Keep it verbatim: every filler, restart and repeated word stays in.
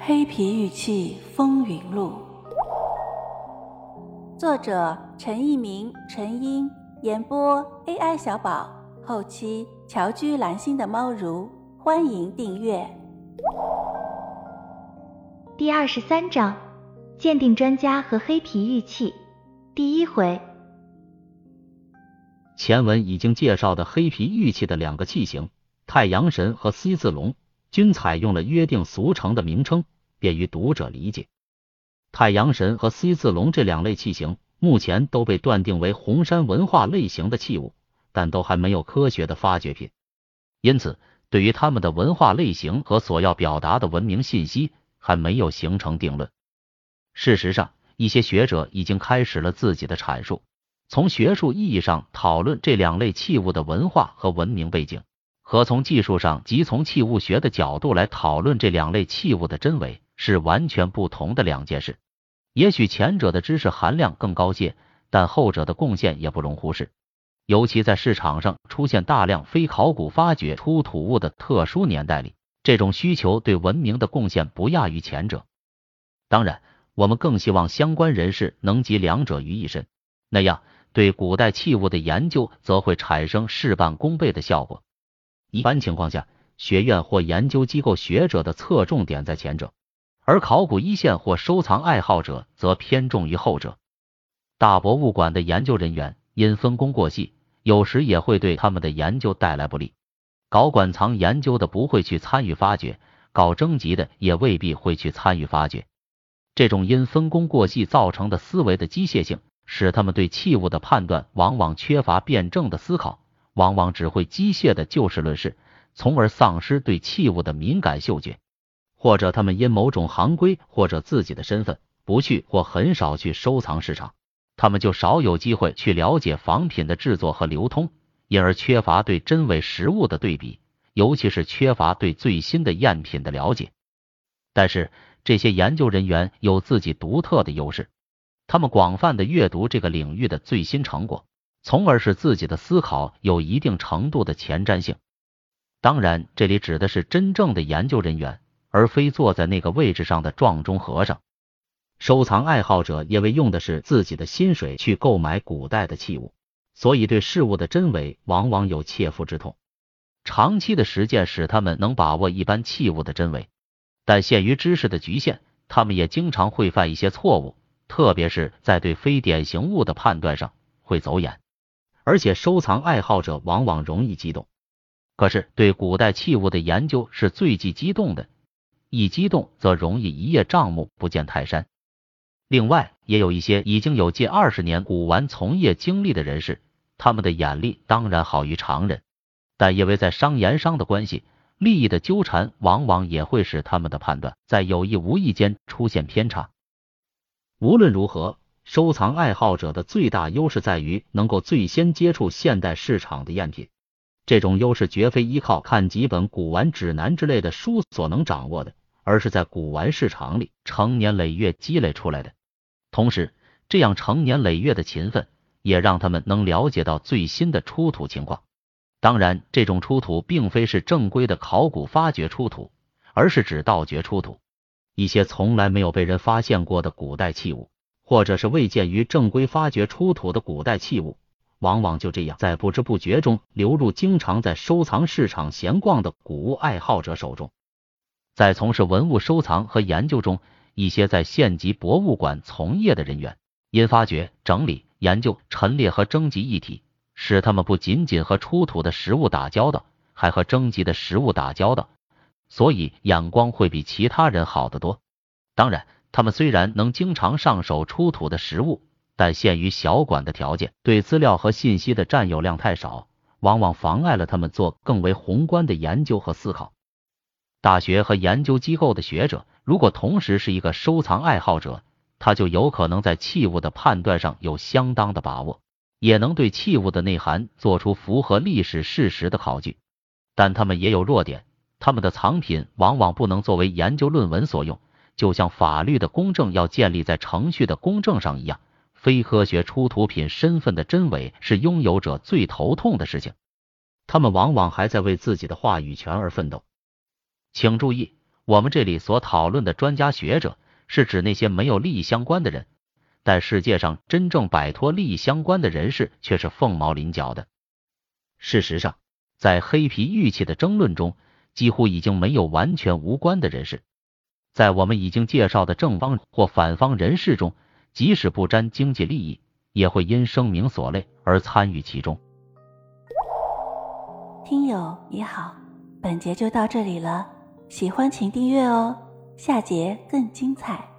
黑皮玉器风云录，作者陈一鸣、陈英，演播 A I 小宝，后期乔居蓝心的猫如，欢迎订阅。 第二十三章，鉴定专家和黑皮玉器。第一回。 前文已经介绍的黑皮玉器的两个器型，太阳神和 C 字龙，均采用了约定俗成的名称，便于读者理解。太阳神和 C 字龙这两类器型目前都被断定为红山文化类型的器物，但都还没有科学的发掘品，因此对于他们的文化类型和所要表达的文明信息还没有形成定论。事实上，一些学者已经开始了自己的阐述，从学术意义上讨论这两类器物的文化和文明背景，和从技术上及从器物学的角度来讨论这两类器物的真伪，是完全不同的两件事。也许前者的知识含量更高些，但后者的贡献也不容忽视。尤其在市场上出现大量非考古发掘出土物的特殊年代里，这种需求对文明的贡献不亚于前者。当然，我们更希望相关人士能集两者于一身，那样对古代器物的研究则会产生事半功倍的效果。一般情况下，学院或研究机构学者的侧重点在前者，而考古一线或收藏爱好者则偏重于后者。大博物馆的研究人员因分工过细，有时也会对他们的研究带来不利。搞馆藏研究的不会去参与发掘，搞征集的也未必会去参与发掘。这种因分工过细造成的思维的机械性，使他们对器物的判断往往缺乏辩证的思考，往往只会机械的就事论事，从而丧失对器物的敏感嗅觉。或者他们因某种行规或者自己的身份，不去或很少去收藏市场，他们就少有机会去了解仿品的制作和流通，因而缺乏对真伪实物的对比，尤其是缺乏对最新的赝品的了解。但是这些研究人员有自己独特的优势，他们广泛的阅读这个领域的最新成果，从而使自己的思考有一定程度的前瞻性。当然，这里指的是真正的研究人员，而非坐在那个位置上的撞钟和尚。收藏爱好者因为用的是自己的薪水去购买古代的器物，所以对事物的真伪往往有切肤之痛。长期的实践使他们能把握一般器物的真伪，但限于知识的局限，他们也经常会犯一些错误，特别是在对非典型物的判断上会走眼。而且收藏爱好者往往容易激动，可是对古代器物的研究是最忌激动的，一激动则容易一叶障目不见泰山。另外，也有一些已经有近二十年古玩从业经历的人士，他们的眼力当然好于常人，但因为在商言商的关系，利益的纠缠往往也会使他们的判断在有意无意间出现偏差。无论如何，收藏爱好者的最大优势在于能够最先接触现代市场的赝品，这种优势绝非依靠看几本古玩指南之类的书所能掌握的，而是在古玩市场里成年累月积累出来的。同时，这样成年累月的勤奋也让他们能了解到最新的出土情况。当然，这种出土并非是正规的考古发掘出土，而是指盗掘出土，一些从来没有被人发现过的古代器物，或者是未见于正规发掘出土的古代器物，往往就这样在不知不觉中流入经常在收藏市场闲逛的古物爱好者手中。在从事文物收藏和研究中，一些在县级博物馆从业的人员，因发掘、整理、研究、陈列和征集一体，使他们不仅仅和出土的实物打交道，还和征集的实物打交道，所以眼光会比其他人好得多。当然，他们虽然能经常上手出土的实物，但限于小馆的条件，对资料和信息的占有量太少，往往妨碍了他们做更为宏观的研究和思考。大学和研究机构的学者如果同时是一个收藏爱好者，他就有可能在器物的判断上有相当的把握，也能对器物的内涵做出符合历史事实的考据。但他们也有弱点，他们的藏品往往不能作为研究论文所用，就像法律的公正要建立在程序的公正上一样，非科学出土品身份的真伪是拥有者最头痛的事情，他们往往还在为自己的话语权而奋斗。请注意， 我们这里所讨论的专家学者，是指那些没有利益相关的人，但世界上真正摆脱利益相关的人士却是凤毛麟角的。事实上，在黑皮玉器的争论中，几乎已经没有完全无关的人士。在我们已经介绍的正方或反方人士中，即使不沾经济利益，也会因声明所累而参与其中。 听友你好，本节就到这里了，喜欢请订阅哦，下节更精彩。